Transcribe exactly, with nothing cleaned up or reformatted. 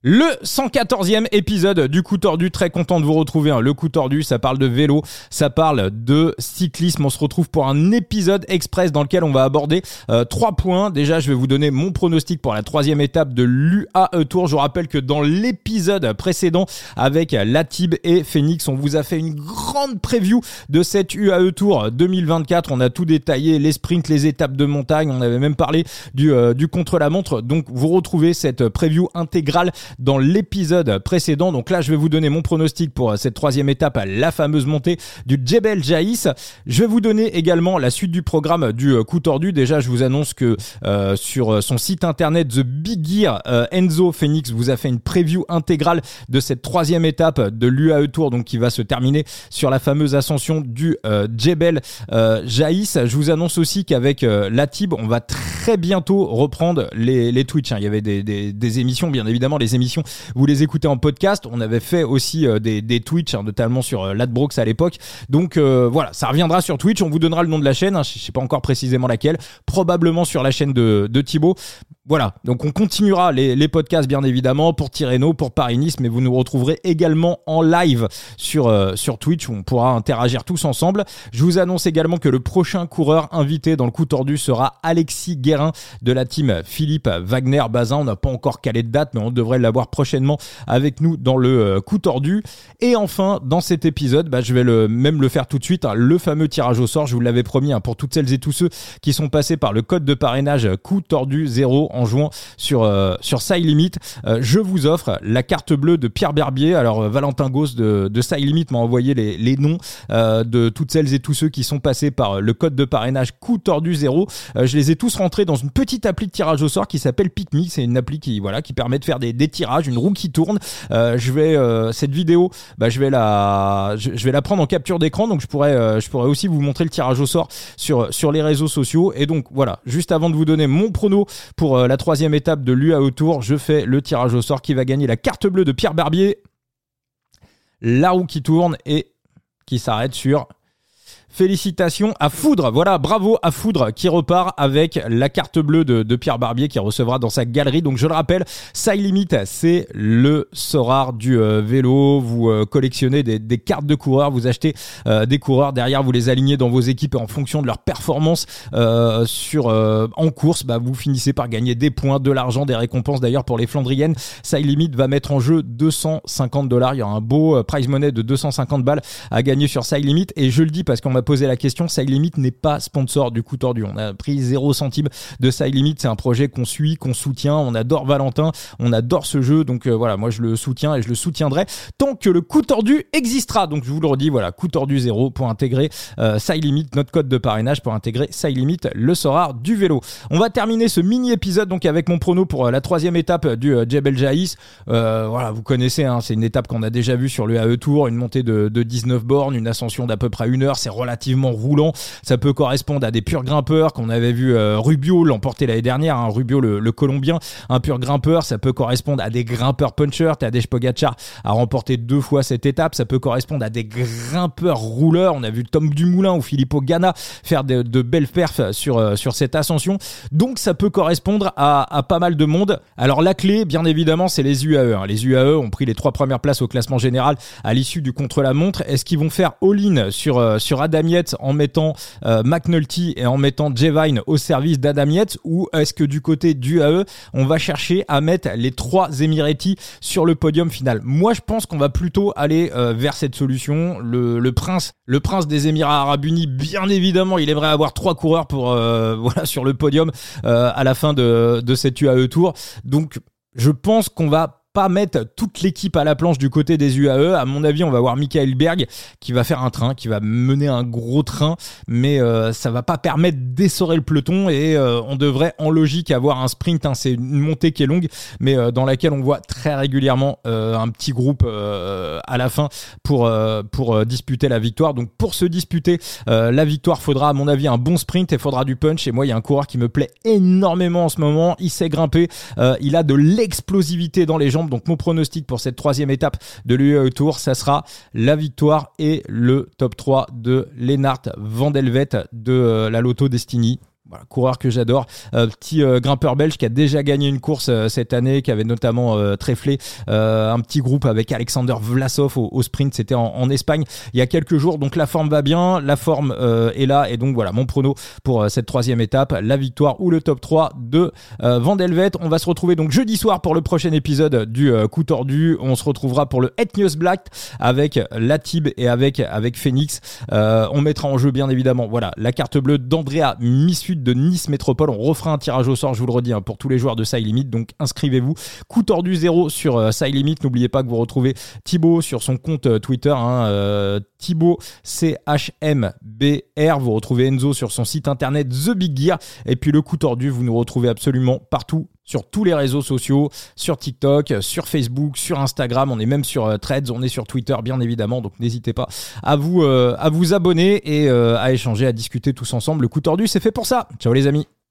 Le cent quatorzième épisode du Coup Tordu, très content de vous retrouver. Hein. Le Coup Tordu, ça parle de vélo, ça parle de cyclisme. On se retrouve pour un épisode express dans lequel on va aborder euh, trois points. Déjà, je vais vous donner mon pronostic pour la troisième étape de l'U A E Tour. Je vous rappelle que dans l'épisode précédent avec Latib et Phoenix, on vous a fait une grande preview de cette U A E Tour deux mille vingt-quatre. On a tout détaillé, les sprints, les étapes de montagne. On avait même parlé du, euh, du contre-la-montre. Donc, vous retrouvez cette preview intégrale dans l'épisode précédent. Donc là, je vais vous donner mon pronostic pour cette troisième étape, la fameuse montée du Djebel Jaïs. Je vais vous donner également la suite du programme du Coup Tordu. Déjà, je vous annonce que euh, sur son site internet The Big Gear, euh, Enzo Phoenix vous a fait une preview intégrale de cette troisième étape de l'U A E Tour, donc qui va se terminer sur la fameuse ascension du euh, Djebel euh, Jaïs. Je vous annonce aussi qu'avec euh, Latib, on va très bientôt reprendre les, les Twitch. Hein. Il y avait des, des, des émissions, bien évidemment, les émissions vous les écoutez en podcast. On avait fait aussi euh, des, des Twitch, hein, notamment sur euh, Ladbrokes à l'époque. Donc euh, voilà, ça reviendra sur Twitch. On vous donnera le nom de la chaîne. Hein, je ne sais pas encore précisément laquelle. Probablement sur la chaîne de, de Thibaut. Voilà, donc on continuera les, les podcasts bien évidemment pour Tirreno, pour Paris-Nice, mais vous nous retrouverez également en live sur, euh, sur Twitch où on pourra interagir tous ensemble. Je vous annonce également que le prochain coureur invité dans le Coup Tordu sera Alexis Guérin de la team Philippe Wagner-Bazin. On n'a pas encore calé de date, mais on devrait l'avoir prochainement avec nous dans le euh, Coup Tordu. Et enfin, dans cet épisode, bah, je vais le, même le faire tout de suite, hein, le fameux tirage au sort, je vous l'avais promis, hein, pour toutes celles et tous ceux qui sont passés par le code de parrainage Coup Tordu zéro en jouant sur euh, sur Side Limit. Euh, je vous offre la carte bleue de Pierre Berbier. Alors euh, Valentin Gauss de, de Side Limit m'a envoyé les, les noms euh, de toutes celles et tous ceux qui sont passés par le code de parrainage Coup Tordu zéro. Euh, je les ai tous rentrés dans une petite appli de tirage au sort qui s'appelle PicMe. C'est une appli qui voilà qui permet de faire des, des tirages, une roue qui tourne. Euh, je vais euh, cette vidéo, bah je vais la je, je vais la prendre en capture d'écran, donc je pourrais euh, je pourrais aussi vous montrer le tirage au sort sur sur les réseaux sociaux. Et donc voilà, juste avant de vous donner mon prono pour euh, la troisième étape de l'U A E Tour, je fais le tirage au sort qui va gagner la carte bleue de Pierre Barbier, la roue qui tourne et qui s'arrête sur... Félicitations à Foudre, voilà, bravo à Foudre qui repart avec la carte bleue de, de Pierre Barbier qui recevra dans sa galerie. Donc je le rappelle, Side Limit, c'est le Sorare du euh, vélo. Vous euh, collectionnez des, des cartes de coureurs, vous achetez euh, des coureurs, derrière vous les alignez dans vos équipes et en fonction de leur performance euh, sur euh, en course, bah, vous finissez par gagner des points, de l'argent, des récompenses. D'ailleurs pour les Flandriennes, Side Limit va mettre en jeu deux cent cinquante dollars. Il y a un beau euh, prize money de deux cent cinquante balles à gagner sur Side Limit. Et je le dis parce qu'on m'a posé la question, Side Limit n'est pas sponsor du Coup Tordu. On a pris zéro centime de Side Limit. C'est un projet qu'on suit, qu'on soutient. On adore Valentin, on adore ce jeu. Donc euh, voilà, moi je le soutiens et je le soutiendrai tant que le Coup Tordu existera. Donc je vous le redis, voilà, Coup Tordu zéro pour intégrer euh, Side Limit, notre code de parrainage pour intégrer Side Limit, le Sorare du vélo. On va terminer ce mini épisode donc avec mon prono pour euh, la troisième étape du euh, Djebel Jaïs. Euh, voilà, vous connaissez, hein, c'est une étape qu'on a déjà vue sur le A E Tour, une montée de, de dix-neuf bornes, une ascension d'à peu près une heure. C'est relativement roulant, ça peut correspondre à des purs grimpeurs qu'on avait vu euh, Rubio l'emporter l'année dernière, hein, Rubio le, le Colombien, un pur grimpeur. Ça peut correspondre à des grimpeurs punchers. Tadej Pogacar a remporté deux fois cette étape. Ça peut correspondre à des grimpeurs rouleurs. On a vu Tom Dumoulin ou Filippo Ganna faire de, de belles perfs sur euh, sur cette ascension. Donc ça peut correspondre à, à pas mal de monde. Alors la clé, bien évidemment, c'est les U A E. Hein. Les U A E ont pris les trois premières places au classement général à l'issue du contre-la-montre. Est-ce qu'ils vont faire all-in sur euh, sur Adam Yates en mettant euh, McNulty et en mettant Jevine au service d'Adam Yates, ou est-ce que du côté du U A E on va chercher à mettre les trois Emirati sur le podium final? Moi je pense qu'on va plutôt aller euh, vers cette solution. Le, le prince le prince des Émirats Arabes Unis, bien évidemment, il aimerait avoir trois coureurs pour euh, voilà sur le podium euh, à la fin de, de cette U A E Tour. Donc je pense qu'on va pas mettre toute l'équipe à la planche du côté des U A E. À mon avis, on va voir Michael Berg qui va faire un train, qui va mener un gros train, mais euh, ça va pas permettre d'essorer le peloton et euh, on devrait en logique avoir un sprint. Hein. C'est une montée qui est longue, mais euh, dans laquelle on voit très régulièrement euh, un petit groupe euh, à la fin pour euh, pour euh, disputer la victoire. Donc pour se disputer euh, la victoire, faudra à mon avis un bon sprint et faudra du punch. Et moi, il y a un coureur qui me plaît énormément en ce moment. Il sait grimper, euh, il a de l'explosivité dans les jambes. Donc mon pronostic pour cette troisième étape de l'U A E Tour, ça sera la victoire et le top trois de Lennart Van Delvet de euh, la Lotto Destiny. Voilà, coureur que j'adore, euh, petit euh, grimpeur belge qui a déjà gagné une course euh, cette année, qui avait notamment euh, tréflé euh, un petit groupe avec Alexander Vlasov au, au sprint, c'était en, en Espagne il y a quelques jours, donc la forme va bien, la forme euh, est là, et donc voilà mon prono pour euh, cette troisième étape, la victoire ou le top trois de euh, Van Delvet. On va se retrouver donc jeudi soir pour le prochain épisode du euh, coup tordu, on se retrouvera pour le Het News Black avec Latib et avec, avec Phoenix, euh, on mettra en jeu bien évidemment voilà, la carte bleue d'Andrea Missud de Nice Métropole. On refera un tirage au sort, je vous le redis, hein, pour tous les joueurs de Side Limit, donc inscrivez-vous. Coup tordu zéro sur euh, Side Limit. N'oubliez pas que vous retrouvez Thibaut sur son compte euh, Twitter, hein, euh, Thibaut C H M B R. Vous retrouvez Enzo sur son site internet The Big Gear. Et puis le coup tordu, vous nous retrouvez absolument partout sur tous les réseaux sociaux, sur TikTok, sur Facebook, sur Instagram, on est même sur euh, Threads, on est sur Twitter bien évidemment, donc n'hésitez pas à vous, euh, à vous abonner et euh, à échanger, à discuter tous ensemble. Le coup tordu, c'est fait pour ça. Ciao les amis.